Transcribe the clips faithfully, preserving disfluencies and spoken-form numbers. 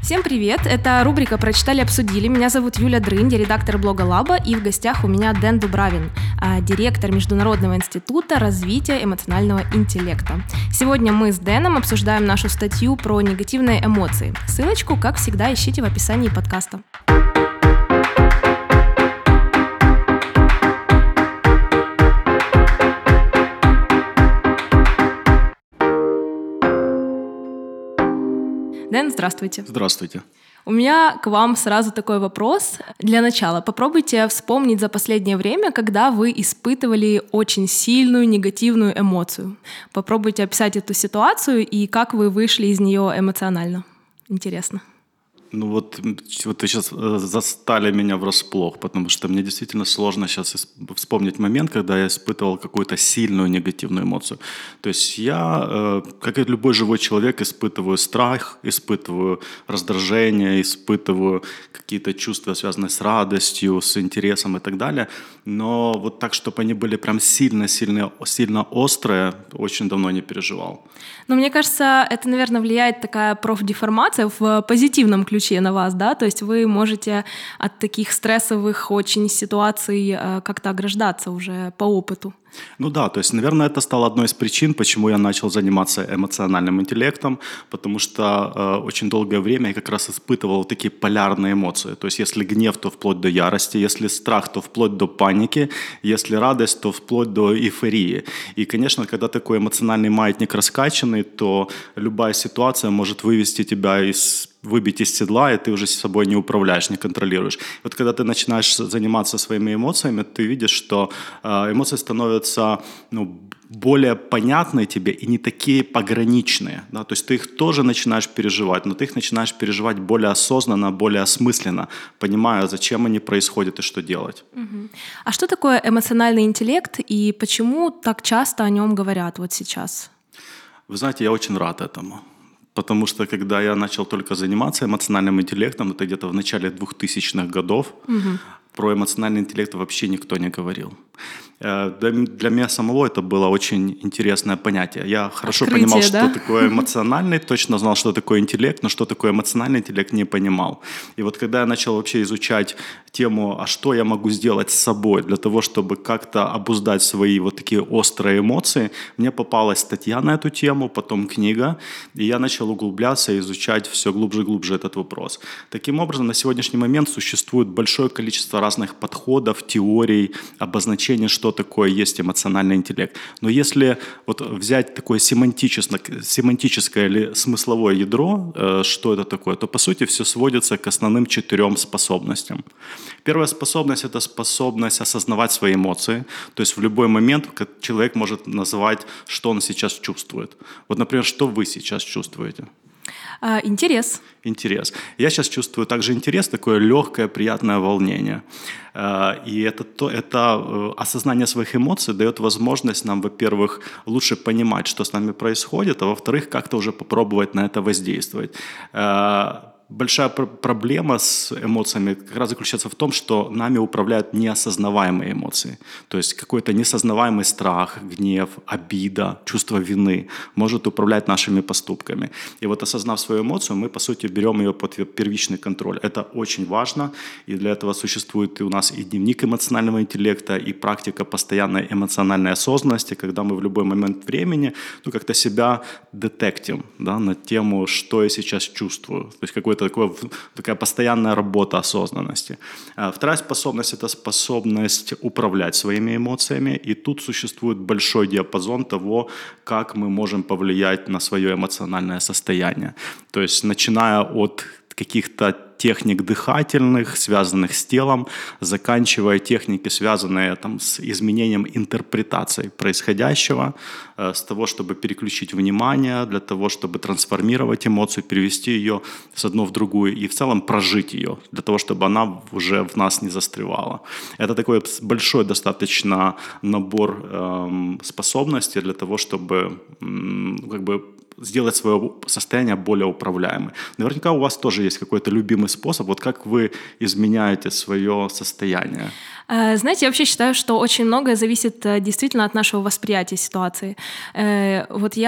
Всем привет! Это рубрика «Прочитали, обсудили». Меня зовут Юля Дрынь, редактор блога Лаба, и в гостях у меня Дэн Дубравин, директор Международного института развития эмоционального интеллекта. Сегодня мы с Дэном обсуждаем нашу статью про негативные эмоции. Ссылочку, как всегда, ищите в описании подкаста. Дэн, здравствуйте. Здравствуйте. У меня к вам сразу такой вопрос. Для начала попробуйте вспомнить за последнее время, когда вы испытывали очень сильную негативную эмоцию. Попробуйте описать эту ситуацию и как вы вышли из нее эмоционально. Интересно. Ну вот, вот вы сейчас застали меня врасплох, потому что мне действительно сложно сейчас вспомнить момент, когда я испытывал какую-то сильную негативную эмоцию. То есть я, как и любой живой человек, испытываю страх, испытываю раздражение, испытываю какие-то чувства, связанные с радостью, с интересом и так далее. Но вот так, чтобы они были прям сильно-сильно сильно острые, очень давно не переживал. Но мне кажется, это, наверное, влияет такая профдеформация в позитивном ключе на вас, да? То есть вы можете от таких стрессовых очень ситуаций как-то ограждаться уже по опыту. Ну да, то есть, наверное, это стало одной из причин, почему я начал заниматься эмоциональным интеллектом, потому что э, очень долгое время я как раз испытывал такие полярные эмоции. То есть, если гнев, то вплоть до ярости, если страх, то вплоть до паники, если радость, то вплоть до эйфории. И, конечно, когда такой эмоциональный маятник раскачанный, то любая ситуация может вывести тебя из выбить из седла, и ты уже с собой не управляешь, не контролируешь. Вот когда ты начинаешь заниматься своими эмоциями, ты видишь, что э, эмоции становятся ну, более понятные тебе и не такие пограничные. Да? То есть ты их тоже начинаешь переживать, но ты их начинаешь переживать более осознанно, более осмысленно, понимая, зачем они происходят и что делать. Угу. А что такое эмоциональный интеллект и почему так часто о нем говорят вот сейчас? Вы знаете, я очень рад этому. Потому что, когда я начал только заниматься эмоциональным интеллектом, это где-то в начале двухтысячных годов, угу. про эмоциональный интеллект вообще никто не говорил. Для меня самого это было очень интересное понятие. Я хорошо Открытие, понимал, да? что такое эмоциональный, точно знал, что такое интеллект, но что такое эмоциональный интеллект, не понимал. И вот когда я начал вообще изучать тему, а что я могу сделать с собой для того, чтобы как-то обуздать свои вот такие острые эмоции, мне попалась статья на эту тему, потом книга, и я начал углубляться и изучать все глубже и глубже этот вопрос. Таким образом, на сегодняшний момент существует большое количество разных подходов, теорий, обозначений, что такое есть эмоциональный интеллект. Но если вот взять такое семантическое, семантическое или смысловое ядро, что это такое, то по сути все сводится к основным четырем способностям. Первая способность – это способность осознавать свои эмоции. То есть в любой момент человек может назвать, что он сейчас чувствует. Вот, например, что вы сейчас чувствуете? А, интерес. Интерес. Я сейчас чувствую также интерес, такое легкое, приятное волнение. И это, то, это осознание своих эмоций дает возможность нам, во-первых, лучше понимать, что с нами происходит, а во-вторых, как-то уже попробовать на это воздействовать. Большая пр- проблема с эмоциями как раз заключается в том, что нами управляют неосознаваемые эмоции. То есть какой-то несознаваемый страх, гнев, обида, чувство вины может управлять нашими поступками. И вот осознав свою эмоцию, мы, по сути, берем ее под первичный контроль. Это очень важно, и для этого существует и у нас и дневник эмоционального интеллекта, и практика постоянной эмоциональной осознанности, когда мы в любой момент времени ну, как-то себя детектим, да, на тему, что я сейчас чувствую. То есть какой Такое, такая постоянная работа осознанности. Вторая способность – это способность управлять своими эмоциями. И тут существует большой диапазон того, как мы можем повлиять на свое эмоциональное состояние. То есть начиная от каких-то техник дыхательных, связанных с телом, заканчивая техники, связанные там, с изменением интерпретации происходящего, э, с того, чтобы переключить внимание, для того, чтобы трансформировать эмоцию, перевести ее с одной в другую и в целом прожить ее, для того, чтобы она уже в нас не застревала. Это такой большой достаточно набор э, способностей для того, чтобы э, как бы сделать свое состояние более управляемым. Наверняка у вас тоже есть какой-то любимый способ. Вот как вы изменяете свое состояние? Знаете, я вообще считаю, что очень многое зависит действительно от нашего восприятия ситуации. Вот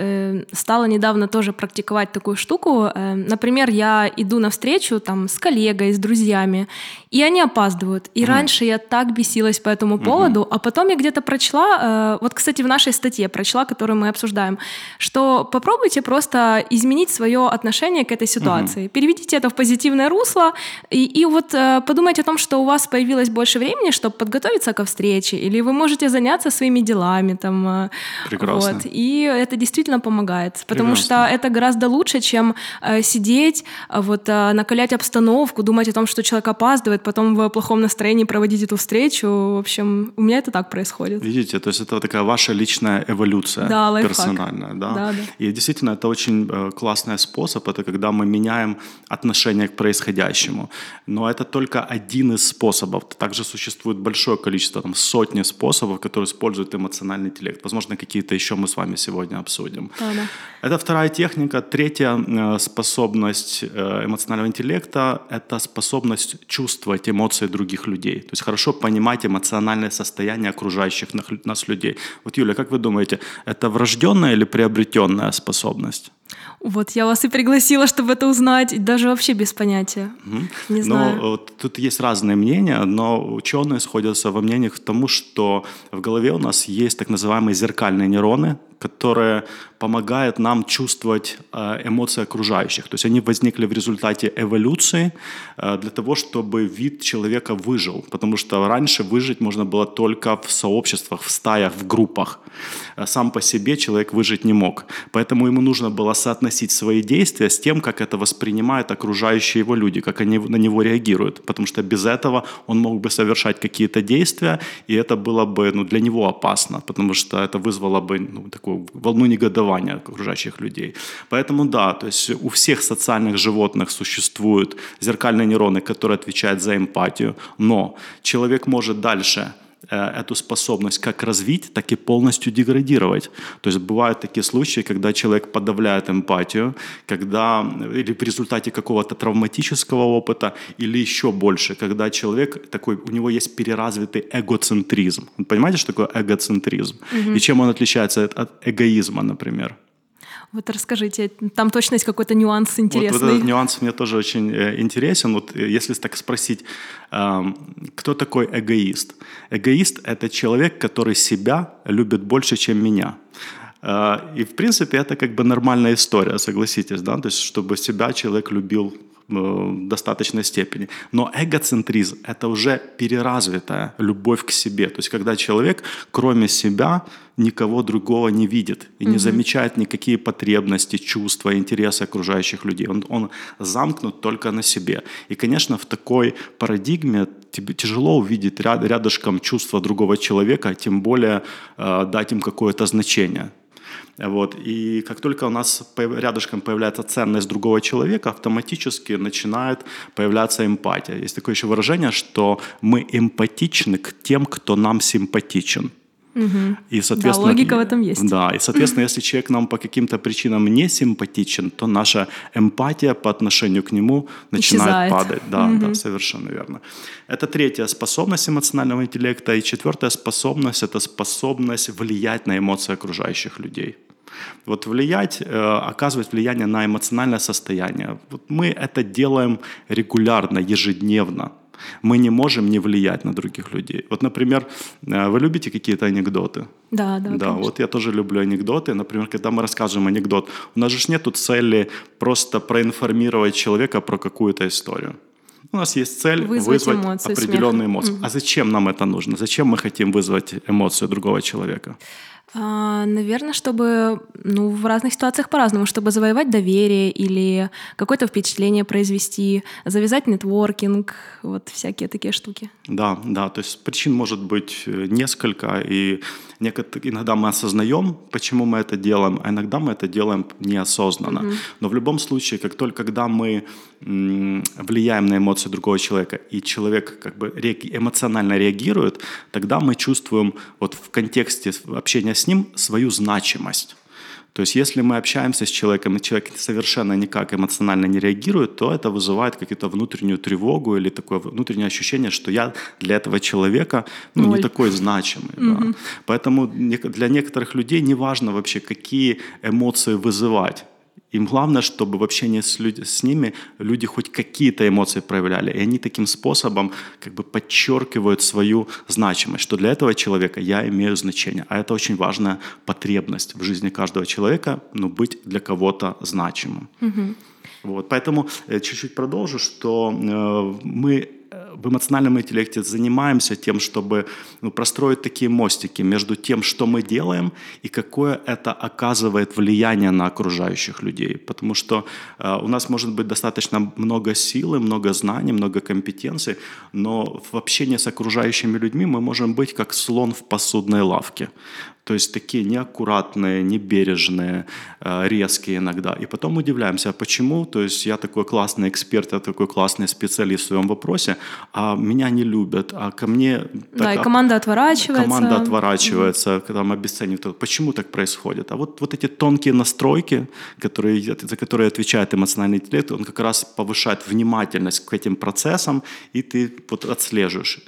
я стала недавно тоже практиковать такую штуку. Например, я иду на встречу там, с коллегой, с друзьями, и они опаздывают. И mm. раньше я так бесилась по этому поводу, mm-hmm. а потом я где-то прочла, вот, кстати, в нашей статье прочла, которую мы обсуждаем, что попробуйте просто изменить свое отношение к этой ситуации. Mm-hmm. Переведите это в позитивное русло, и, и вот подумайте о том, что у вас появилось больше времени, чтобы подготовиться ко встрече, или вы можете заняться своими делами. Там, Прекрасно. Вот, и это действительно помогает, потому Прекрасно. что это гораздо лучше, чем э, сидеть, вот, э, накалять обстановку, думать о том, что человек опаздывает, потом в плохом настроении проводить эту встречу. В общем, у меня это так происходит. Видите, то есть это такая ваша личная эволюция, да, персональная. Да? Да, да. И действительно, это очень э, классный способ, это когда мы меняем отношение к происходящему. Но это только один из способов. Также существует большое количество, там, сотни способов, которые используют эмоциональный интеллект. Возможно, какие-то еще мы с вами сегодня обсудим. Да, да. Это вторая техника. Третья э, способность э, эмоционального интеллекта – это способность чувствовать эмоции других людей. То есть хорошо понимать эмоциональное состояние окружающих нас людей. Вот, Юля, как вы думаете, это врожденная или приобретенная способность? Вот я вас и пригласила, чтобы это узнать, и даже вообще без понятия. Угу. Не знаю. Но вот, тут есть разные мнения, но ученые сходятся во мнениях в тому, что в голове у нас есть так называемые зеркальные нейроны, которые помогают нам чувствовать эмоции окружающих. То есть они возникли в результате эволюции для того, чтобы вид человека выжил. Потому что раньше выжить можно было только в сообществах, в стаях, в группах. Сам по себе человек выжить не мог. Поэтому ему нужно было соотносить свои действия с тем, как это воспринимают окружающие его люди, как они на него реагируют. Потому что без этого он мог бы совершать какие-то действия, и это было бы ну, для него опасно, потому что это вызвало бы ну, такую волну негодования окружающих людей. Поэтому да, то есть у всех социальных животных существуют зеркальные нейроны, которые отвечают за эмпатию, но человек может дальше эту способность как развить, так и полностью деградировать. То есть бывают такие случаи, когда человек подавляет эмпатию, когда или в результате какого-то травматического опыта, или еще больше, когда человек такой, у него есть переразвитый эгоцентризм. Вы понимаете, что такое эгоцентризм? Угу. И чем он отличается от эгоизма, например? Вот расскажите, там точно есть какой-то нюанс интересный. Вот, вот этот нюанс мне тоже очень э, интересен. Вот если так спросить, э, кто такой эгоист? Эгоист – это человек, который себя любит больше, чем меня. Э, и, в принципе, это как бы нормальная история, согласитесь, да? То есть, чтобы себя человек любил в достаточной степени. Но эгоцентризм – это уже переразвитая любовь к себе. То есть, когда человек, кроме себя, никого другого не видит и не угу. замечает никакие потребности, чувства, интересы окружающих людей. Он, он замкнут только на себе. И, конечно, в такой парадигме тебе тяжело увидеть ряд, рядышком чувства другого человека, тем более э, дать им какое-то значение. Вот. И как только у нас рядышком появляется ценность другого человека, автоматически начинает появляться эмпатия. Есть такое еще выражение, что мы эмпатичны к тем, кто нам симпатичен. Угу. И, соответственно, да, логика в этом есть. Да, и, соответственно, если человек нам по каким-то причинам не симпатичен, то наша эмпатия по отношению к нему начинает исчезает. падать. Да, угу. да, совершенно верно. Это третья способность эмоционального интеллекта. И четвертая способность – это способность влиять на эмоции окружающих людей. Вот влиять, оказывать влияние на эмоциональное состояние. Вот мы это делаем регулярно, ежедневно. Мы не можем не влиять на других людей. Вот, например, вы любите какие-то анекдоты? Да, да. Да, конечно. вот я тоже люблю анекдоты. Например, когда мы рассказываем анекдот, у нас же нету цели просто проинформировать человека про какую-то историю. У нас есть цель вызвать, вызвать эмоции, определенные смех. эмоции. Угу. А зачем нам это нужно? Зачем мы хотим вызвать эмоцию другого человека? А, наверное, чтобы ну, в разных ситуациях по-разному, чтобы завоевать доверие или какое-то впечатление произвести, завязать нетворкинг, вот всякие такие штуки. Да, да, то есть причин может быть несколько, и иногда мы осознаем, почему мы это делаем, а иногда мы это делаем неосознанно. Угу. Но в любом случае, как только когда мы м, влияем на эмоции другого человека, и человек как бы эмоционально реагирует, тогда мы чувствуем вот в контексте общения с ним свою значимость. То есть если мы общаемся с человеком, и человек совершенно никак эмоционально не реагирует, то это вызывает какую-то внутреннюю тревогу или такое внутреннее ощущение, что я для этого человека ну, не такой значимый. Mm-hmm. Да. Поэтому для некоторых людей не важно вообще, какие эмоции вызывать. Им главное, чтобы в общении с, людь- с ними люди хоть какие-то эмоции проявляли. И они таким способом как бы подчеркивают свою значимость, что для этого человека я имею значение. А это очень важная потребность в жизни каждого человека, ну, быть для кого-то значимым. Mm-hmm. Вот. Поэтому э, чуть-чуть продолжу, что э, мы в эмоциональном интеллекте занимаемся тем, чтобы ну, простроить такие мостики между тем, что мы делаем, и какое это оказывает влияние на окружающих людей. Потому что э, у нас может быть достаточно много силы, много знаний, много компетенций, но в общении с окружающими людьми мы можем быть как слон в посудной лавке. То есть такие неаккуратные, небережные, резкие иногда. И потом удивляемся, а почему? То есть я такой классный эксперт, я такой классный специалист в своем вопросе, а меня не любят, а ко мне... Да, так, и команда отворачивается. Команда отворачивается, mm-hmm. когда мы обесцениваем. Почему так происходит? А вот, вот эти тонкие настройки, которые, за которые отвечает эмоциональный интеллект, он как раз повышает внимательность к этим процессам, и ты вот отслеживаешь.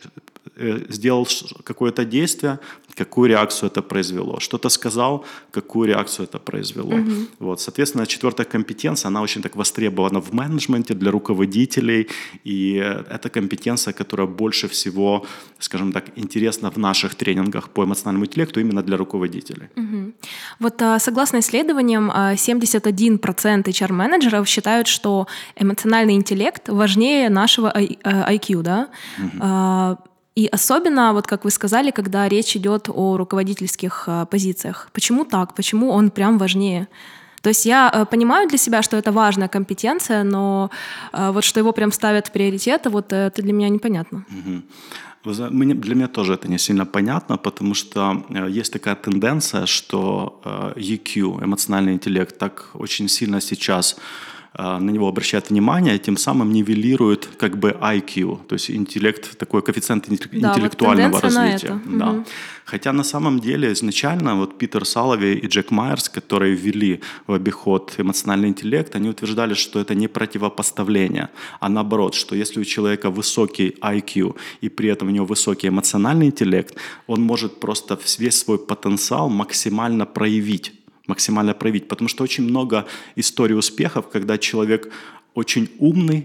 Сделал какое-то действие, какую реакцию это произвело. Что-то сказал, какую реакцию это произвело. Mm-hmm. Вот, соответственно, четвертая компетенция, она очень так востребована в менеджменте для руководителей. И это компетенция, которая больше всего, скажем так, интересна в наших тренингах по эмоциональному интеллекту именно для руководителей. Mm-hmm. Вот согласно исследованиям, семьдесят один процент эйч ар-менеджеров считают, что эмоциональный интеллект важнее нашего ай кью, да? Mm-hmm. И особенно, вот как вы сказали, когда речь идет о руководительских позициях. Почему так? Почему он прям важнее? То есть я понимаю для себя, что это важная компетенция, но вот что его прям ставят в приоритет, вот это для меня непонятно. Угу. Для меня тоже это не сильно понятно, потому что есть такая тенденция, что и кью, эмоциональный интеллект, так очень сильно сейчас на него обращают внимание, и тем самым нивелирует как бы ай кью, то есть интеллект, такой коэффициент интеллектуального вот развития. На да. угу. Хотя на самом деле изначально вот Питер Саловей и Джек Майерс, которые ввели в обиход эмоциональный интеллект, они утверждали, что это не противопоставление, а наоборот, что если у человека высокий ай кью и при этом у него высокий эмоциональный интеллект, он может просто весь свой потенциал максимально проявить. максимально проявить, потому что очень много историй успехов, когда человек очень умный,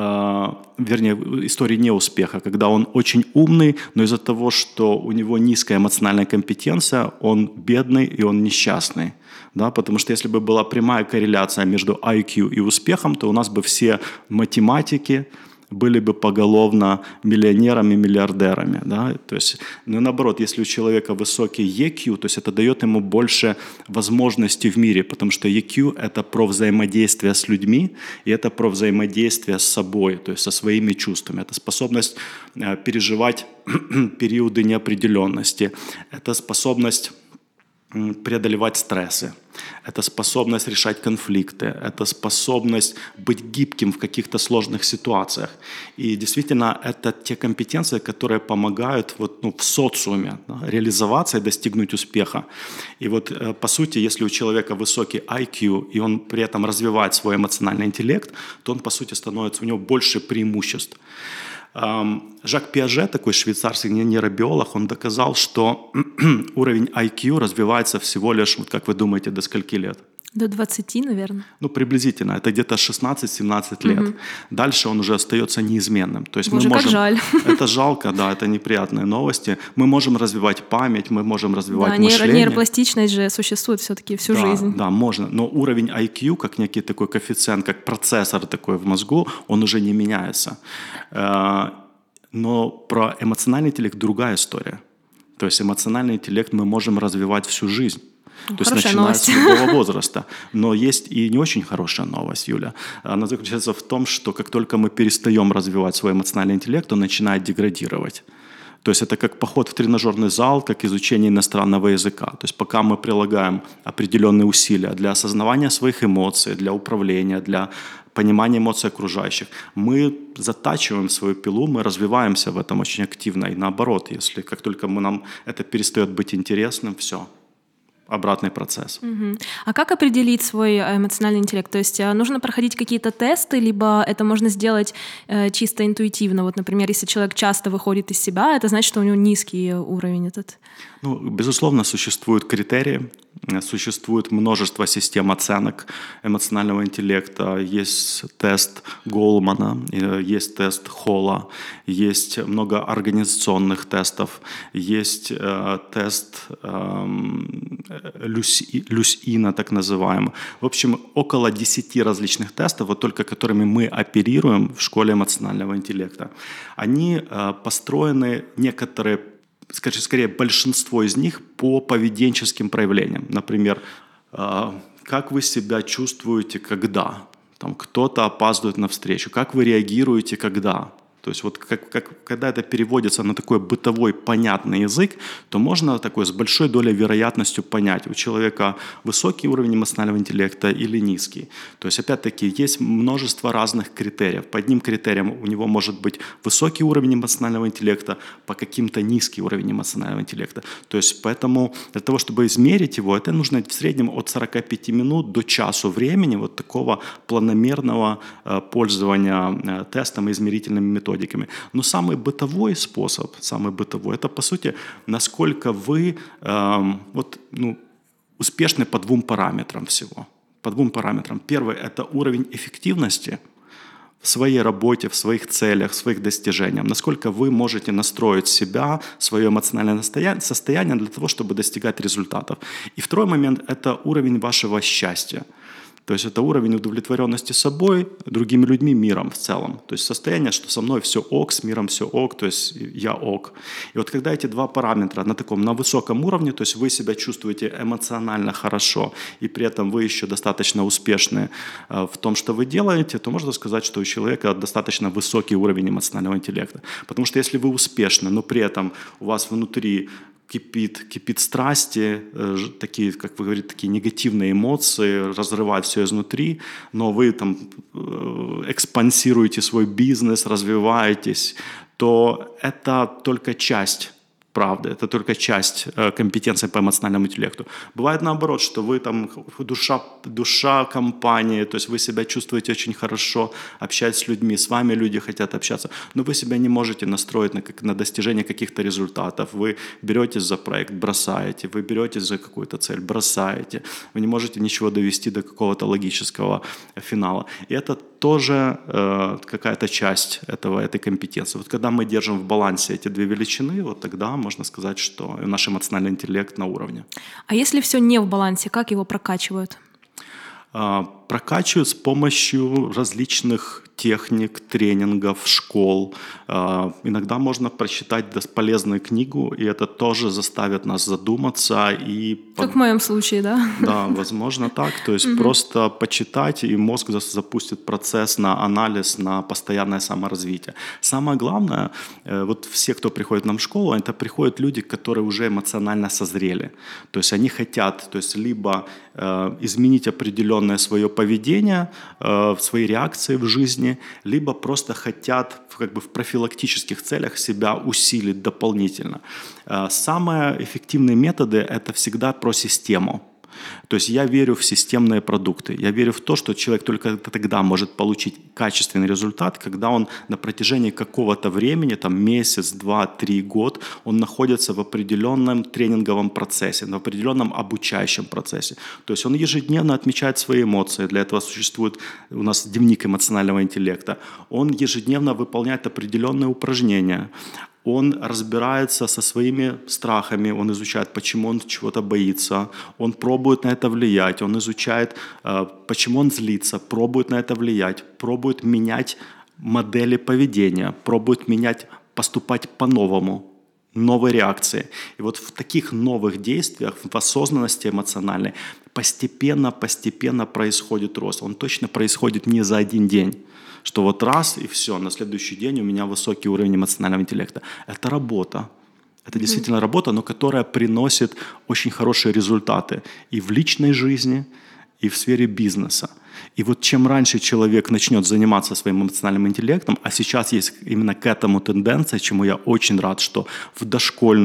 э, вернее, истории неуспеха, когда он очень умный, но из-за того, что у него низкая эмоциональная компетенция, он бедный и он несчастный. Да, потому что если бы была прямая корреляция между ай кью и успехом, то у нас бы все математики были бы поголовно миллионерами, миллиардерами. Да? То есть, ну, наоборот, если у человека высокий и кью, то есть это дает ему больше возможностей в мире, потому что и кью – это про взаимодействие с людьми, и это про взаимодействие с собой, то есть со своими чувствами. Это способность э, переживать периоды неопределенности, это способность преодолевать стрессы. Это способность решать конфликты, это способность быть гибким в каких-то сложных ситуациях. И действительно, это те компетенции, которые помогают вот, ну, в социуме, да, реализоваться и достигнуть успеха. И вот, по сути, если у человека высокий ай кью, и он при этом развивает свой эмоциональный интеллект, то он, по сути, становится, у него больше преимуществ. Жак Пиаже, такой швейцарский нейробиолог, он доказал, что уровень ай кью развивается всего лишь, вот как вы думаете, до скольки лет? До двадцати, наверное. Ну, приблизительно. Это где-то шестнадцать-семнадцать лет. Угу. Дальше он уже остается неизменным. То есть Боже, мы можем... как жаль. Это жалко, да, это неприятные новости. Мы можем развивать память, мы можем развивать да, мышление. Нейропластичность же существует все-таки всю да, жизнь. Да, можно. Но уровень ай кью, как некий такой коэффициент, как процессор такой в мозгу, он уже не меняется. Но про эмоциональный интеллект другая история. То есть эмоциональный интеллект мы можем развивать всю жизнь. То есть начиная новость. с любого возраста. Но есть и не очень хорошая новость, Юля. Она заключается в том, что как только мы перестаем развивать свой эмоциональный интеллект, он начинает деградировать. То есть это как поход в тренажерный зал, как изучение иностранного языка. То есть пока мы прилагаем определенные усилия для осознавания своих эмоций, для управления, для понимания эмоций окружающих, мы затачиваем свою пилу, мы развиваемся в этом очень активно. И наоборот, если как только мы, нам это перестает быть интересным, все. обратный процесс. Угу. А как определить свой эмоциональный интеллект? То есть нужно проходить какие-то тесты, либо это можно сделать э, чисто интуитивно? Вот, например, если человек часто выходит из себя, это значит, что у него низкий уровень этот. Ну, безусловно, существуют критерии, существует множество систем оценок эмоционального интеллекта. Есть тест Голмана, есть тест Холла, есть много организационных тестов, есть э, тест э, Люси, Люсьина, так называемый. В общем, около десяти различных тестов, вот только которыми мы оперируем в школе эмоционального интеллекта. Они э, построены, некоторые скажем, скорее большинство из них по поведенческим проявлениям. Например, как вы себя чувствуете, когда там, кто-то опаздывает на встречу, как вы реагируете, когда. То есть вот как, как, когда это переводится на такой бытовой понятный язык, то можно такой с большой долей вероятностью понять, у человека высокий уровень эмоционального интеллекта или низкий. То есть опять-таки есть множество разных критериев. По одним критериям у него может быть высокий уровень эмоционального интеллекта, по каким-то низкий уровень эмоционального интеллекта. То есть поэтому для того, чтобы измерить его, это нужно в среднем от сорока пяти минут до часу времени вот такого планомерного э, пользования э, тестом и измерительными методиками. Но самый бытовой способ, самый бытовой, это по сути, насколько вы э, вот, ну, успешны по двум параметрам всего. По двум параметрам. Первый – это уровень эффективности в своей работе, в своих целях, в своих достижениях. Насколько вы можете настроить себя, свое эмоциональное состояние для того, чтобы достигать результатов. И второй момент – это уровень вашего счастья. То есть это уровень удовлетворенности собой, другими людьми, миром в целом. То есть состояние, что со мной все ок, с миром все ок, то есть я ок. И вот когда эти два параметра на таком, на высоком уровне, то есть вы себя чувствуете эмоционально хорошо, и при этом вы еще достаточно успешны в том, что вы делаете, то можно сказать, что у человека достаточно высокий уровень эмоционального интеллекта. Потому что если вы успешны, но при этом у вас внутри кипит, кипит страсти, такие, как вы говорите, такие негативные эмоции, разрывают все изнутри, но вы там экспансируете свой бизнес, развиваетесь, то это только часть правды, это только часть э, компетенции по эмоциональному интеллекту. Бывает наоборот, что вы там душа, душа компании, то есть вы себя чувствуете очень хорошо, общаетесь с людьми, с вами люди хотят общаться, но вы себя не можете настроить на, как, на достижение каких-то результатов. Вы беретесь за проект, бросаете, вы беретесь за какую-то цель, бросаете. Вы не можете ничего довести до какого-то логического финала. И это тоже э, какая-то часть этого, этой компетенции. Вот когда мы держим в балансе эти две величины, вот тогда можно сказать, что наш эмоциональный интеллект на уровне. А если все не в балансе, как его прокачивают? Э, прокачивают с помощью различных техник, тренингов, школ. Э, иногда можно прочитать полезную книгу, и это тоже заставит нас задуматься. И как под... в моем случае, да? Да, возможно так. То есть просто почитать, и мозг запустит процесс на анализ, на постоянное саморазвитие. Самое главное, вот все, кто приходит к нам в школу, это приходят люди, которые уже эмоционально созрели. То есть они хотят, то есть либо э, изменить определенное свое поведение, э, свои реакции в жизни, либо просто хотят как бы в профилактических целях себя усилить дополнительно. Самые эффективные методы – это всегда про систему. То есть я верю в системные продукты. Я верю в то, что человек только тогда может получить качественный результат, когда он на протяжении какого-то времени, там месяц, два, три, год, он находится в определенном тренинговом процессе, в определенном обучающем процессе. То есть он ежедневно отмечает свои эмоции. Для этого существует у нас дневник эмоционального интеллекта. Он ежедневно выполняет определенные упражнения. Он разбирается со своими страхами, он изучает, почему он чего-то боится, он пробует на это влиять, он изучает, почему он злится, пробует на это влиять, пробует менять модели поведения, пробует менять, поступать по-новому, новые реакции. И вот в таких новых действиях, в осознанности эмоциональной, постепенно-постепенно происходит рост. Он точно происходит не за один день. Что вот раз и все, на следующий день у меня высокий уровень эмоционального интеллекта. Это работа. Это mm-hmm. действительно работа, но которая приносит очень хорошие результаты и в личной жизни, и в сфере бизнеса. И вот чем раньше человек начнет заниматься своим эмоциональным интеллектом, а сейчас есть именно к этому тенденция, чему я очень рад, что в дошкольных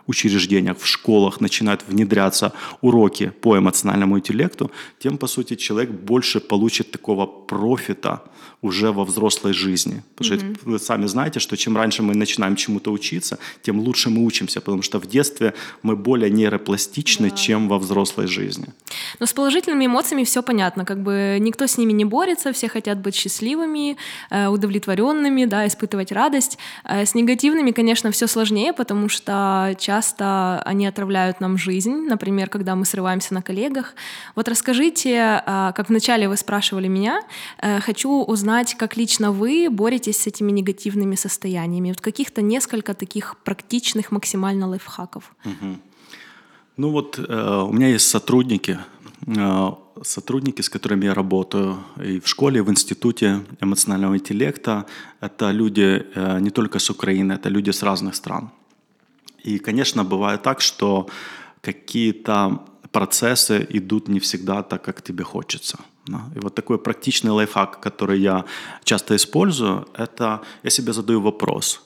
учреждениях, в школах начинают внедряться уроки по эмоциональному интеллекту, тем, по сути, человек больше получит такого профита уже во взрослой жизни. Потому что mm-hmm. вы сами знаете, что чем раньше мы начинаем чему-то учиться, тем лучше мы учимся, потому что в детстве мы более нейропластичны, да. чем во взрослой жизни. Но с положительными эмоциями все понятно, как бы никто с ними не борется, все хотят быть счастливыми, удовлетворенными, да, испытывать радость. С негативными, конечно, все сложнее, потому что часто они отравляют нам жизнь, например, когда мы срываемся на коллегах. Вот расскажите, как вначале вы спрашивали меня, хочу узнать, как лично вы боретесь с этими негативными состояниями. Вот каких-то несколько таких практичных максимально лайфхаков. Угу. Ну вот э, у меня есть сотрудники, э, сотрудники, с которыми я работаю и в школе, и в институте эмоционального интеллекта. Это люди э, не только с Украины, это люди с разных стран. И, конечно, бывает так, что какие-то процессы идут не всегда так, как тебе хочется. И вот такой практичный лайфхак, который я часто использую, это я себе задаю вопрос,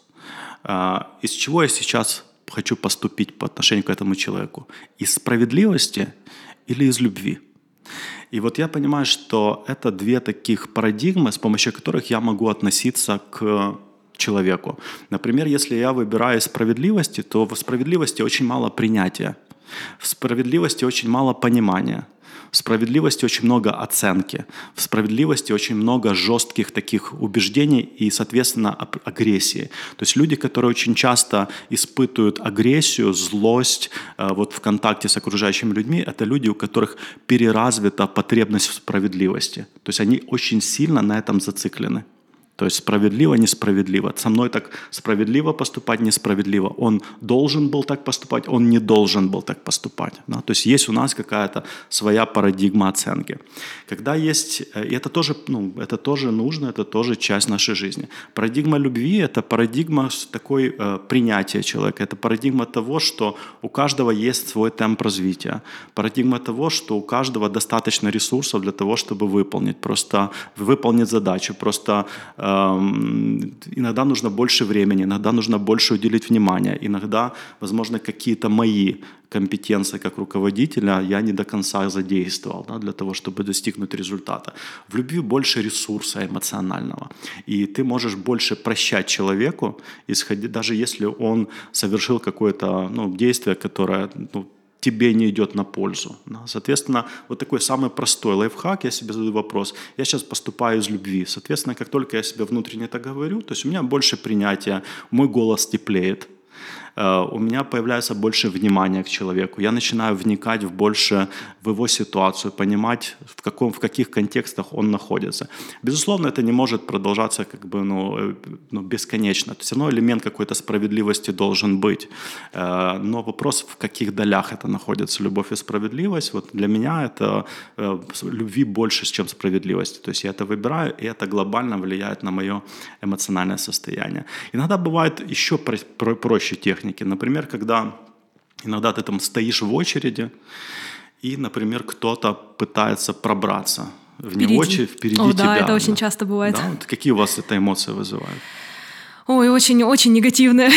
из чего я сейчас хочу поступить по отношению к этому человеку? Из справедливости или из любви? И вот я понимаю, что это две таких парадигмы, с помощью которых я могу относиться к человеку. Например, если я выбираю справедливости, то в справедливости очень мало принятия, в справедливости очень мало понимания. В справедливости очень много оценки, в справедливости очень много жестких таких убеждений и, соответственно, агрессии. То есть люди, которые очень часто испытывают агрессию, злость вот в контакте с окружающими людьми, это люди, у которых переразвита потребность в справедливости. То есть они очень сильно на этом зациклены. То есть справедливо, несправедливо. Со мной так справедливо поступать, несправедливо. Он должен был так поступать, он не должен был так поступать. Да? То есть есть у нас какая-то своя парадигма оценки. Когда есть, и это тоже, ну, это тоже нужно, это тоже часть нашей жизни. Парадигма любви – это парадигма такой э, принятия человека. Это парадигма того, что у каждого есть свой темп развития. Парадигма того, что у каждого достаточно ресурсов для того, чтобы выполнить. Просто выполнить задачу. Просто э, иногда нужно больше времени, иногда нужно больше уделить внимания, иногда, возможно, какие-то мои компетенции как руководителя я не до конца задействовал, да, для того, чтобы достигнуть результата. В любви больше ресурса эмоционального, и ты можешь больше прощать человеку, исходя, даже если он совершил какое-то ну, действие, которое... Ну, тебе не идет на пользу. Соответственно, вот такой самый простой лайфхак, я себе задаю вопрос, я сейчас поступаю из любви. Соответственно, как только я себе внутренне так говорю, то есть у меня больше принятия, мой голос теплеет, у меня появляется больше внимания к человеку, я начинаю вникать в больше в его ситуацию, понимать, в, каком, в каких контекстах он находится. Безусловно, это не может продолжаться как бы, ну, ну, бесконечно. Все равно элемент какой-то справедливости должен быть. Но вопрос, в каких долях это находится, любовь и справедливость. Вот для меня это любви больше, чем справедливости. То есть я это выбираю, и это глобально влияет на мое эмоциональное состояние. Иногда бывает еще про- про- проще техники. Например, когда иногда ты там стоишь в очереди, и, например, кто-то пытается пробраться вне очереди, впереди О, тебя. Да, это очень часто бывает. Да? Вот какие у вас это эмоции вызывают? Ой, очень-очень негативные.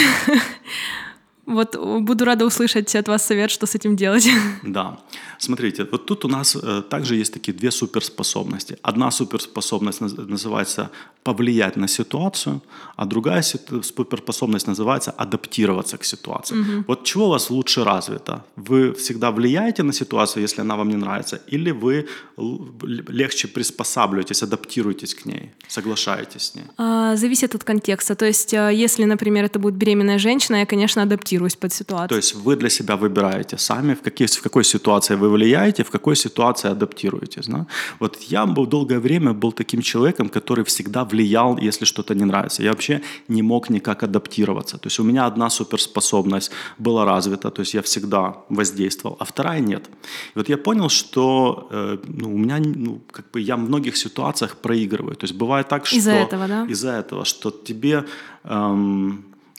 Вот буду рада услышать от вас совет, что с этим делать. Да. Смотрите, вот тут у нас э, также есть такие две суперспособности. Одна суперспособность наз- называется повлиять на ситуацию, а другая суперспособность называется адаптироваться к ситуации. Угу. Вот чего у вас лучше развито? Вы всегда влияете на ситуацию, если она вам не нравится, или вы легче приспосабливаетесь, адаптируетесь к ней, соглашаетесь с ней? А, зависит от контекста. То есть, если, например, это будет беременная женщина, я, конечно, адаптируюсь под ситуацию. То есть вы для себя выбираете сами, в, каких, в какой ситуации вы влияете, в какой ситуации адаптируетесь. Да? Вот я был долгое время был таким человеком, который всегда влиял, если что-то не нравится. Я вообще не мог никак адаптироваться. То есть у меня одна суперспособность была развита, то есть я всегда воздействовал, а вторая нет. И вот я понял, что э, ну, у меня, ну, как бы я в многих ситуациях проигрываю. То есть бывает так, что... Из-за этого, да? Из-за этого, что тебе... Эм,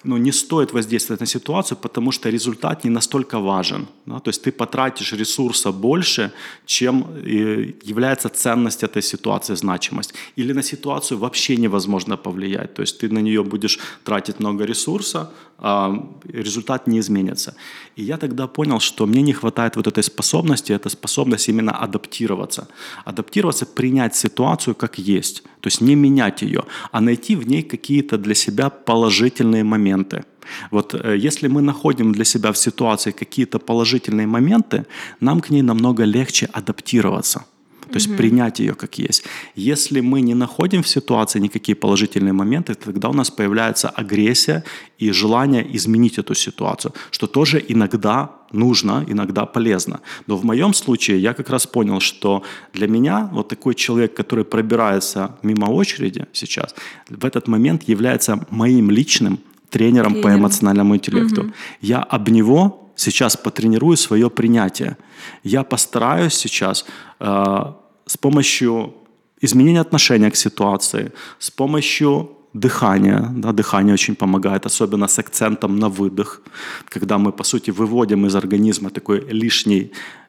ну, не стоит воздействовать на ситуацию, потому что результат не настолько важен. Да? То есть ты потратишь ресурса больше, чем является ценность этой ситуации, значимость. Или на ситуацию вообще невозможно повлиять. То есть ты на нее будешь тратить много ресурса, а результат не изменится. И я тогда понял, что мне не хватает вот этой способности, это способность именно адаптироваться. Адаптироваться, принять ситуацию как есть. То есть не менять ее, а найти в ней какие-то для себя положительные моменты. Вот если мы находим для себя в ситуации какие-то положительные моменты, нам к ней намного легче адаптироваться. То есть mm-hmm. принять ее как есть. Если мы не находим в ситуации никакие положительные моменты, тогда у нас появляется агрессия и желание изменить эту ситуацию, что тоже иногда нужно, иногда полезно. Но в моем случае я как раз понял, что для меня вот такой человек, который пробирается мимо очереди сейчас, в этот момент является моим личным тренером Тренер. по эмоциональному интеллекту. Mm-hmm. Я об него сейчас потренирую свое принятие. Я постараюсь сейчас э, с помощью изменения отношения к ситуации, с помощью дыхания, да, дыхание очень помогает, особенно с акцентом на выдох, когда мы, по сути, выводим из организма такой лишний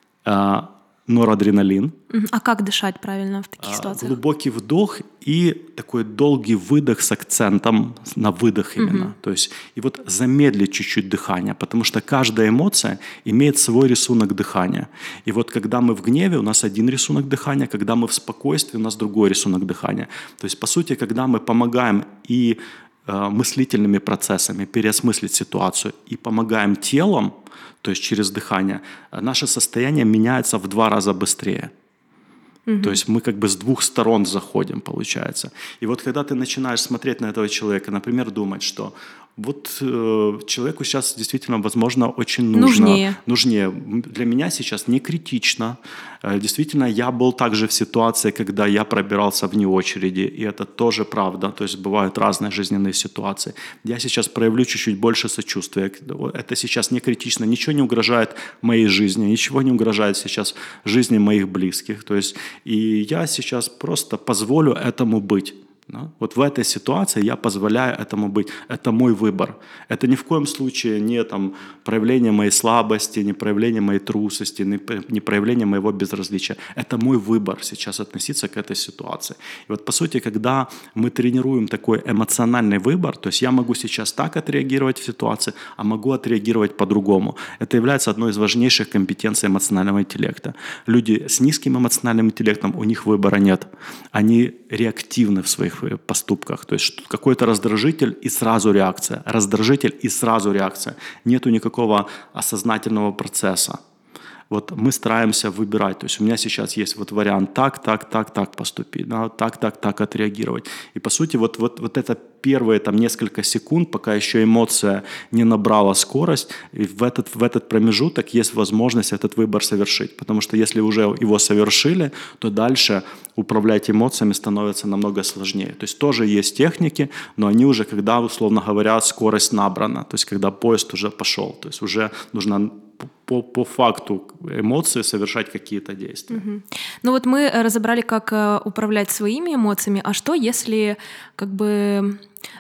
э, норадреналин. А как дышать правильно в таких ситуациях? Глубокий вдох и такой долгий выдох с акцентом на выдох именно. Угу. То есть, и вот замедлить чуть-чуть дыхание, потому что каждая эмоция имеет свой рисунок дыхания. И вот когда мы в гневе, у нас один рисунок дыхания, когда мы в спокойствии, у нас другой рисунок дыхания. То есть, по сути, когда мы помогаем и э, мыслительными процессами переосмыслить ситуацию, и помогаем телом, то есть через дыхание, наше состояние меняется в два раза быстрее. Угу. То есть мы как бы с двух сторон заходим, получается. И вот когда ты начинаешь смотреть на этого человека, например, думать, что вот э, человеку сейчас действительно, возможно, очень нужно. Нужнее. Нужнее. Для меня сейчас не критично. Э, действительно, я был также в ситуации, когда я пробирался вне очереди, и это тоже правда. То есть бывают разные жизненные ситуации. Я сейчас проявлю чуть-чуть больше сочувствия. Это сейчас не критично. Ничего не угрожает моей жизни, ничего не угрожает сейчас жизни моих близких. То есть и я сейчас просто позволю этому быть. Да? Вот в этой ситуации я позволяю этому быть. Это мой выбор. Это ни в коем случае не там, проявление моей слабости, не проявление моей трусости, не, не проявление моего безразличия. Это мой выбор сейчас относиться к этой ситуации. И вот по сути, когда мы тренируем такой эмоциональный выбор, то есть я могу сейчас так отреагировать в ситуации, а могу отреагировать по-другому. Это является одной из важнейших компетенций эмоционального интеллекта. Люди с низким эмоциональным интеллектом, у них выбора нет. Они реактивны в своих поступках. То есть какой-то раздражитель и сразу реакция. Раздражитель и сразу реакция. Нету никакого осознательного процесса. Вот мы стараемся выбирать. То есть у меня сейчас есть вот вариант так, так, так, так поступить, да, так, так, так отреагировать. И по сути вот, вот, вот это первые там, несколько секунд, пока еще эмоция не набрала скорость, и в этот, в этот промежуток есть возможность этот выбор совершить. Потому что если уже его совершили, то дальше управлять эмоциями становится намного сложнее. То есть тоже есть техники, но они уже, когда, условно говоря, скорость набрана, то есть когда поезд уже пошел, то есть уже нужно по, по факту эмоции совершать какие-то действия. Угу. Ну вот мы разобрали, как управлять своими эмоциями, а что если как бы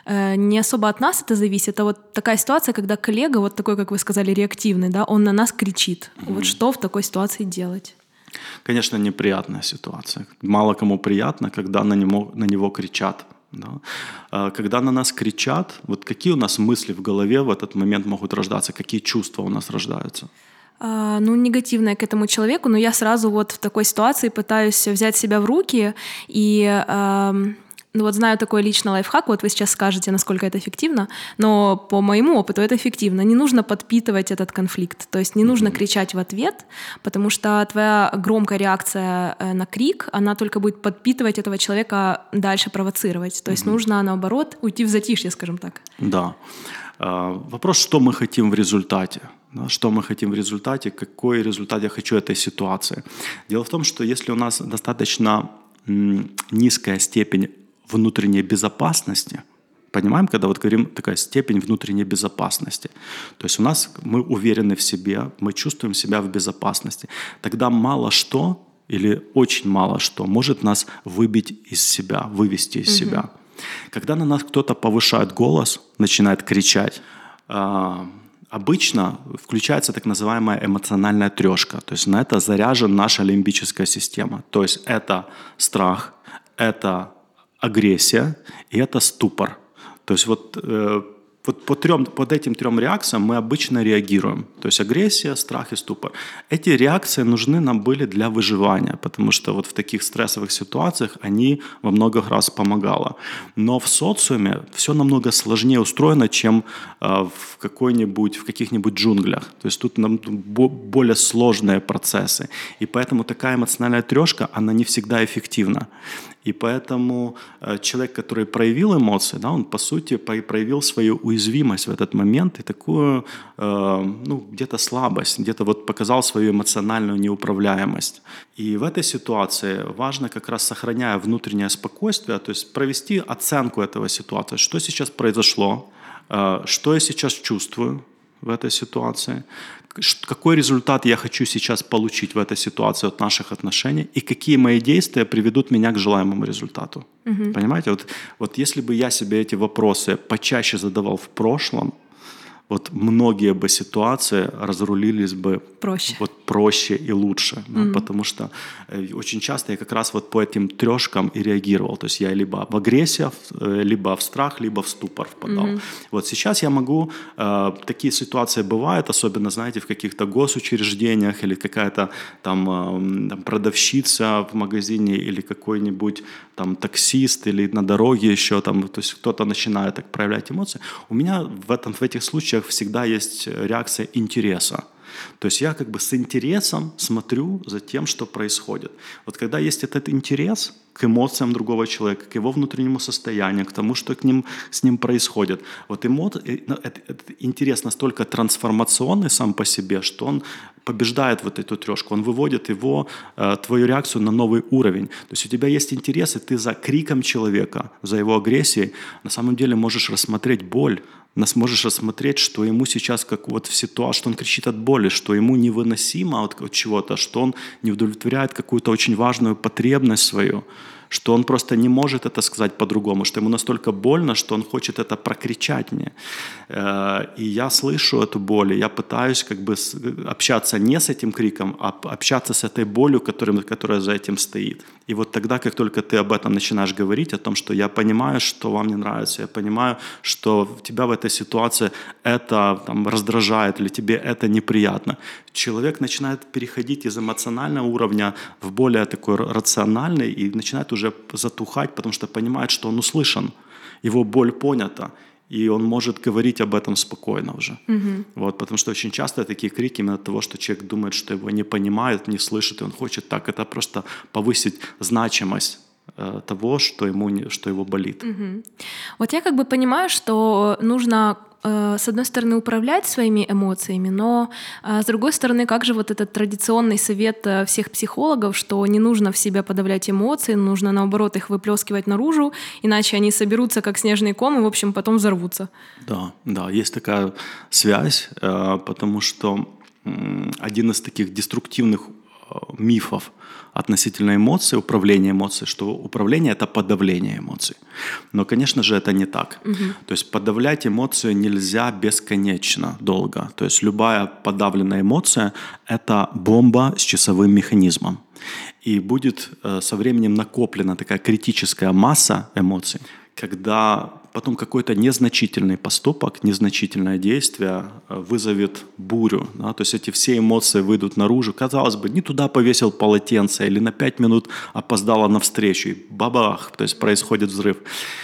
не особо от нас это зависит, а вот такая ситуация, когда коллега, вот такой, как вы сказали, реактивный, да, он на нас кричит. Угу. Вот что в такой ситуации делать? Конечно, неприятная ситуация. Мало кому приятно, когда на него, на него кричат. Да? Когда на нас кричат, вот какие у нас мысли в голове в этот момент могут рождаться, какие чувства у нас рождаются? А, ну, негативное к этому человеку, но я сразу вот в такой ситуации пытаюсь взять себя в руки и... А, ну вот знаю такой личный лайфхак, вот вы сейчас скажете, насколько это эффективно, но по моему опыту это эффективно. Не нужно подпитывать этот конфликт, то есть не нужно mm-hmm. кричать в ответ, потому что твоя громкая реакция на крик, она только будет подпитывать этого человека дальше провоцировать. То есть mm-hmm. нужно, наоборот, уйти в затишье, скажем так. Да. Вопрос, что мы хотим в результате. Что мы хотим в результате, какой результат я хочу этой ситуации. Дело в том, что если у нас достаточно низкая степень внутренней безопасности, понимаем, когда вот говорим такая степень внутренней безопасности, то есть у нас мы уверены в себе, мы чувствуем себя в безопасности, тогда мало что или очень мало что может нас выбить из себя, вывести из угу. себя. Когда на нас кто-то повышает голос, начинает кричать, обычно включается так называемая эмоциональная трешка. То есть на это заряжена наша лимбическая система. То есть это страх, это агрессия и это ступор. То есть вот, э, вот по трем, под этим трем реакциям мы обычно реагируем. То есть агрессия, страх и ступор. Эти реакции нужны нам были для выживания, потому что вот в таких стрессовых ситуациях они во много раз помогало. Но в социуме все намного сложнее устроено, чем э, в, какой-нибудь, в каких-нибудь джунглях. То есть тут нам бо- более сложные процессы. И поэтому такая эмоциональная трешка, она не всегда эффективна. И поэтому э, человек, который проявил эмоции, да, он, по сути, проявил свою уязвимость в этот момент и такую, э, ну, где-то слабость, где-то вот показал свою эмоциональную неуправляемость. И в этой ситуации важно как раз, сохраняя внутреннее спокойствие, то есть провести оценку этого ситуации, что сейчас произошло, э, что я сейчас чувствую в этой ситуации, какой результат я хочу сейчас получить в этой ситуации от наших отношений и какие мои действия приведут меня к желаемому результату. Угу. Понимаете? Вот, вот если бы я себе эти вопросы почаще задавал в прошлом, вот многие бы ситуации разрулились бы проще, вот проще и лучше, mm-hmm. да, потому что очень часто я как раз вот по этим трешкам и реагировал, то есть я либо в агрессию, либо в страх, либо в ступор впадал. Mm-hmm. Вот сейчас я могу, э, такие ситуации бывают, особенно, знаете, в каких-то госучреждениях или какая-то там, э, там продавщица в магазине или какой-нибудь там таксист или на дороге еще там, то есть кто-то начинает так проявлять эмоции. У меня в, этом, в этих случаях всегда есть реакция интереса. То есть я как бы с интересом смотрю за тем, что происходит. Вот когда есть этот интерес к эмоциям другого человека, к его внутреннему состоянию, к тому, что к ним, с ним происходит. Вот эмо... этот, этот интерес настолько трансформационный сам по себе, что он побеждает вот эту трешку, он выводит его, твою реакцию на новый уровень. То есть у тебя есть интерес, и ты за криком человека, за его агрессией на самом деле можешь рассмотреть боль, нас можешь рассмотреть, что ему сейчас, как вот в ситуации, что он кричит от боли, что ему невыносимо от, от чего-то, что он не удовлетворяет какую-то очень важную потребность свою, что он просто не может это сказать по-другому, что ему настолько больно, что он хочет это прокричать мне. И я слышу эту боль, и я пытаюсь как бы общаться не с этим криком, а общаться с этой болью, которая, которая за этим стоит. И вот тогда, как только ты об этом начинаешь говорить, о том, что я понимаю, что вам не нравится, я понимаю, что тебя в этой ситуации это там, раздражает или тебе это неприятно, человек начинает переходить из эмоционального уровня в более такой рациональный и начинает уже затухать, потому что понимает, что он услышан, его боль понята, и он может говорить об этом спокойно уже. Угу. Вот, потому что очень часто такие крики именно от того, что человек думает, что его не понимают, не слышат, и он хочет так. Это просто повысить значимость э, того, что, ему, что его болит. Угу. Вот я как бы понимаю, что нужно с одной стороны, управлять своими эмоциями, но с другой стороны, как же вот этот традиционный совет всех психологов, что не нужно в себя подавлять эмоции, нужно, наоборот, их выплескивать наружу, иначе они соберутся как снежный ком и, в общем, потом взорвутся. Да, да, есть такая связь, потому что один из таких деструктивных мифов относительно эмоций, управления эмоций, что управление – это подавление эмоций. Но, конечно же, это не так. Угу. То есть подавлять эмоцию нельзя бесконечно долго. То есть любая подавленная эмоция – это бомба с часовым механизмом. И будет со временем накоплена такая критическая масса эмоций, когда потом какой-то незначительный поступок, незначительное действие вызовет бурю. Да? То есть эти все эмоции выйдут наружу. Казалось бы, не туда повесил полотенце или на пять минут опоздала навстречу. И бабах, то есть происходит взрыв.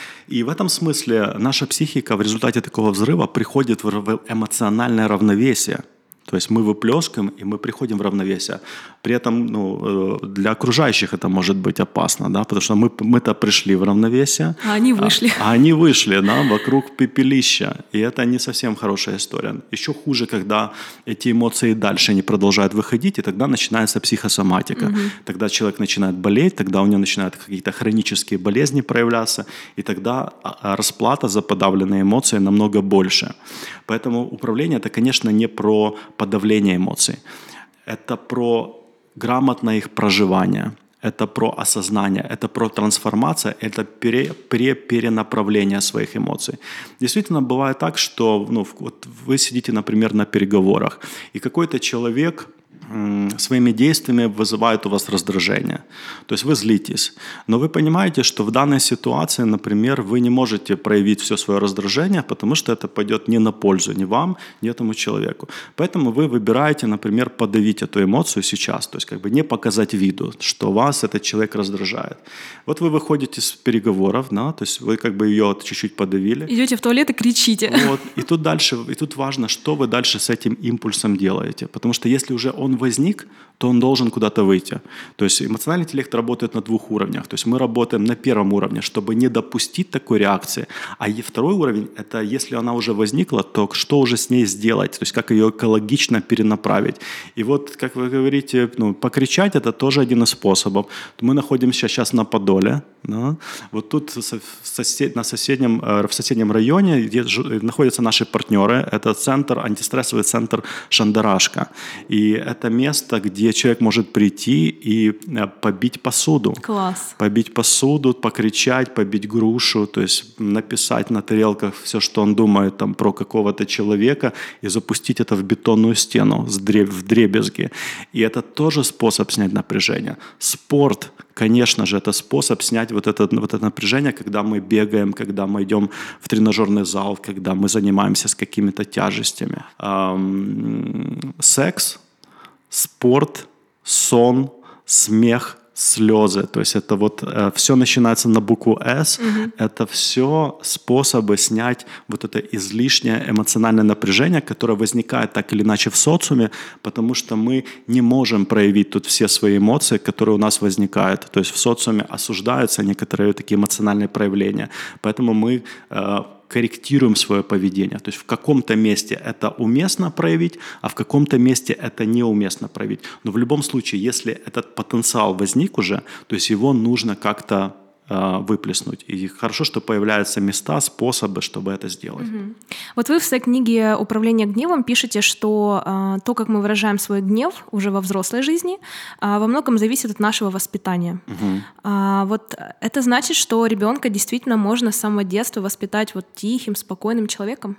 И в этом смысле наша психика в результате такого взрыва приходит в эмоциональное равновесие. То есть мы выплескиваем, и мы приходим в равновесие. При этом ну, для окружающих это может быть опасно, да, потому что мы, мы-то пришли в равновесие. А они вышли. А, а они вышли, да, вокруг пепелища. И это не совсем хорошая история. Еще хуже, когда эти эмоции дальше не продолжают выходить, и тогда начинается психосоматика. Угу. Тогда человек начинает болеть, тогда у него начинают какие-то хронические болезни проявляться, и тогда расплата за подавленные эмоции намного больше. Поэтому управление – это, конечно, не про подавление эмоций. Это про грамотное их проживание. это про осознание, это про трансформацию, это пере, пере, перенаправление своих эмоций. Действительно, бывает так, что ну, вот вы сидите, например, на переговорах, и какой-то человек своими действиями вызывает у вас раздражение. То есть вы злитесь. Но вы понимаете, что в данной ситуации, например, вы не можете проявить все свое раздражение, потому что это пойдет не на пользу ни вам, ни этому человеку. Поэтому вы выбираете, например, подавить эту эмоцию сейчас. То есть как бы не показать виду, что вас этот человек раздражает. Вот вы выходите с переговоров, да, то есть вы как бы ее чуть-чуть подавили. Идете в туалет и кричите. Вот. И тут дальше, и тут важно, что вы дальше с этим импульсом делаете. Потому что если уже он возник, то он должен куда-то выйти. То есть эмоциональный интеллект работает на двух уровнях. То есть мы работаем на первом уровне, чтобы не допустить такой реакции. А второй уровень – это если она уже возникла, то что уже с ней сделать? То есть как ее экологично перенаправить. И вот, как вы говорите, ну, покричать – это тоже один из способов. Мы находимся сейчас на Подоле. Да? Вот тут в, сосед... на соседнем, в соседнем районе где находятся наши партнеры. Это центр, антистрессовый центр «Шандарашка». И это место, где человек может прийти и побить посуду. Класс. Побить посуду, покричать, побить грушу, то есть написать на тарелках все, что он думает там, про какого-то человека, и запустить это в бетонную стену в дребезги. И это тоже способ снять напряжение. Спорт, конечно же, это способ снять вот это, вот это напряжение, когда мы бегаем, когда мы идем в тренажерный зал, когда мы занимаемся с какими-то тяжестями. Эм, секс, спорт, сон, смех, слезы. То есть это вот э, все начинается на букву «С». Угу. Это все способы снять вот это излишнее эмоциональное напряжение, которое возникает так или иначе в социуме, потому что мы не можем проявить тут все свои эмоции, которые у нас возникают. То есть в социуме осуждаются некоторые такие эмоциональные проявления. Поэтому мы э, корректируем свое поведение. То есть в каком-то месте это уместно проявить, а в каком-то месте это неуместно проявить. Но в любом случае, если этот потенциал возник уже, то есть его нужно как-то э, выплеснуть. И хорошо, что появляются места, способы, чтобы это сделать. Угу. Вот вы в своей книге «Управление гневом» пишете, что э, то, как мы выражаем свой гнев уже во взрослой жизни, э, во многом зависит от нашего воспитания. Угу. А, вот это значит, что ребенка действительно можно с самого детства воспитать вот тихим, спокойным человеком?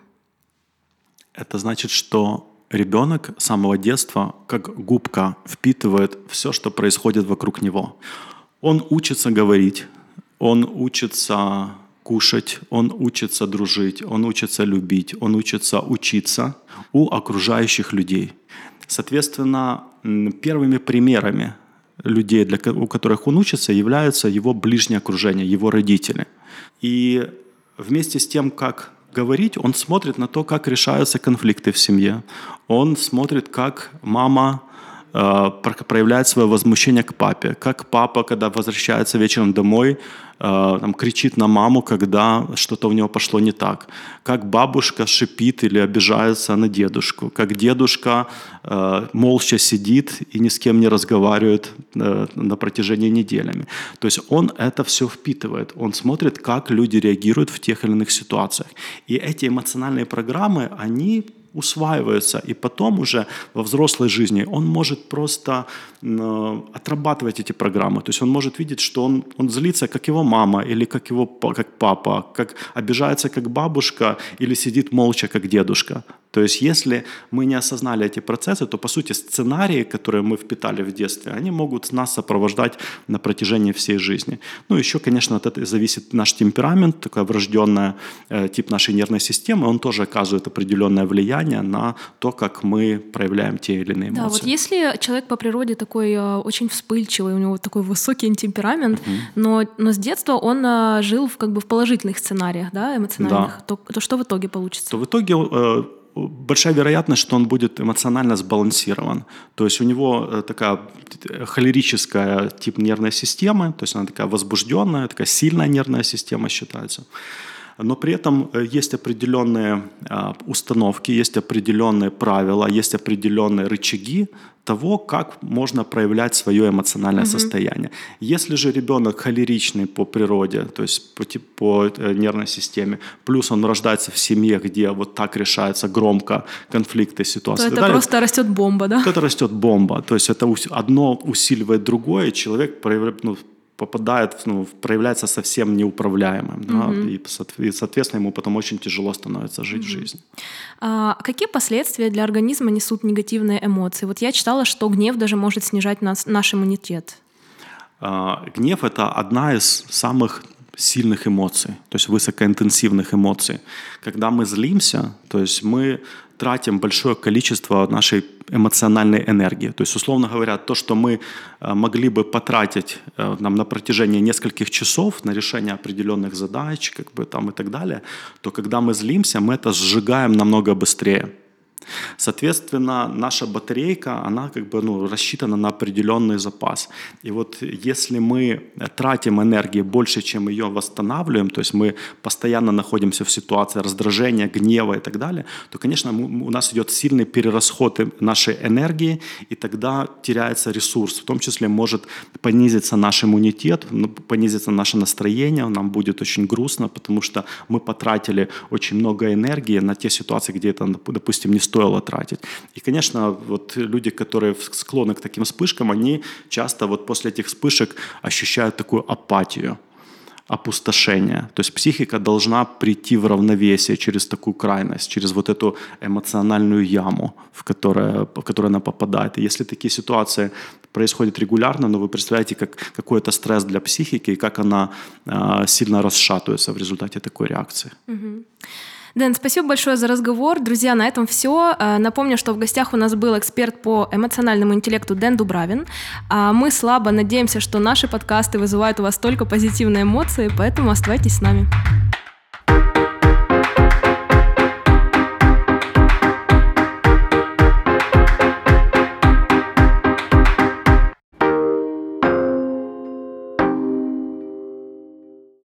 Это значит, что ребенок с самого детства, как губка, впитывает все, что происходит вокруг него. Он учится говорить, он учится кушать, он учится дружить, он учится любить, он учится учиться у окружающих людей. Соответственно, первыми примерами людей, для, у которых он учится, являются его ближнее окружение, его родители. И вместе с тем, как говорить, он смотрит на то, как решаются конфликты в семье. Он смотрит, как мама э, проявляет свое возмущение к папе, как папа, когда возвращается вечером домой, э, там, кричит на маму, когда что-то у него пошло не так, как бабушка шипит или обижается на дедушку, как дедушка э, молча сидит и ни с кем не разговаривает э, на протяжении неделями. То есть он это все впитывает, он смотрит, как люди реагируют в тех или иных ситуациях. И эти эмоциональные программы, они усваиваются, и потом уже во взрослой жизни он может просто э, отрабатывать эти программы. То есть он может видеть, что он, он злится, как его мама, или как его как папа, как обижается, как бабушка, или сидит молча, как дедушка. То есть если мы не осознали эти процессы, то, по сути, сценарии, которые мы впитали в детстве, они могут нас сопровождать на протяжении всей жизни. Ну, еще, конечно, от этого зависит наш темперамент, такой врожденный э, тип нашей нервной системы, он тоже оказывает определенное влияние на то, как мы проявляем те или иные эмоции. Да, вот если человек по природе такой э, очень вспыльчивый, у него такой высокий темперамент, uh-huh. но, но с детства он э, жил в, как бы в положительных сценариях, да, эмоциональных, да. То, то что в итоге получится? То в итоге э, большая вероятность, что он будет эмоционально сбалансирован. То есть у него такая холерическая тип нервной системы, то есть она такая возбужденная, такая сильная нервная система считается. Но при этом есть определенные установки, есть определенные правила, есть определенные рычаги того, как можно проявлять свое эмоциональное mm-hmm. состояние. Если же ребенок холеричный по природе, то есть по, по нервной системе, плюс он рождается в семье, где вот так решаются громко конфликты, ситуации, то это просто растет бомба, да? Это растет бомба. То есть это одно усиливает другое, и человек проявляет, ну, попадает, ну, проявляется совсем неуправляемым. Mm-hmm. Да, и, соответственно, ему потом очень тяжело становится жить mm-hmm. в жизни. А какие последствия для организма несут негативные эмоции? Вот я читала, что гнев даже может снижать нас, наш иммунитет. А, гнев – это одна из самых сильных эмоций, то есть высокоинтенсивных эмоций. Когда мы злимся, то есть мы тратим большое количество нашей эмоциональной энергии. То есть, условно говоря, то, что мы могли бы потратить нам на протяжении нескольких часов на решение определенных задач, как бы, там, и так далее, то когда мы злимся, мы это сжигаем намного быстрее. Соответственно, наша батарейка, она как бы, ну, рассчитана на определенный запас. И вот если мы тратим энергии больше, чем ее восстанавливаем, то есть мы постоянно находимся в ситуации раздражения, гнева и так далее, то, конечно, мы, у нас идет сильный перерасход нашей энергии, и тогда теряется ресурс. В том числе может понизиться наш иммунитет, понизится наше настроение, нам будет очень грустно, потому что мы потратили очень много энергии на те ситуации, где это, допустим, не стоило тратить. И, конечно, вот люди, которые склонны к таким вспышкам, они часто вот после этих вспышек ощущают такую апатию, опустошение. То есть психика должна прийти в равновесие через такую крайность, через вот эту эмоциональную яму, в которую, в которую она попадает. И если такие ситуации происходят регулярно, ну, вы представляете, как, какой это стресс для психики и как она э, сильно расшатывается в результате такой реакции. Mm-hmm. Дэн, спасибо большое за разговор. Друзья, на этом все. Напомню, что в гостях у нас был эксперт по эмоциональному интеллекту Дэн Дубравин. Мы слабо надеемся, что наши подкасты вызывают у вас только позитивные эмоции, поэтому оставайтесь с нами.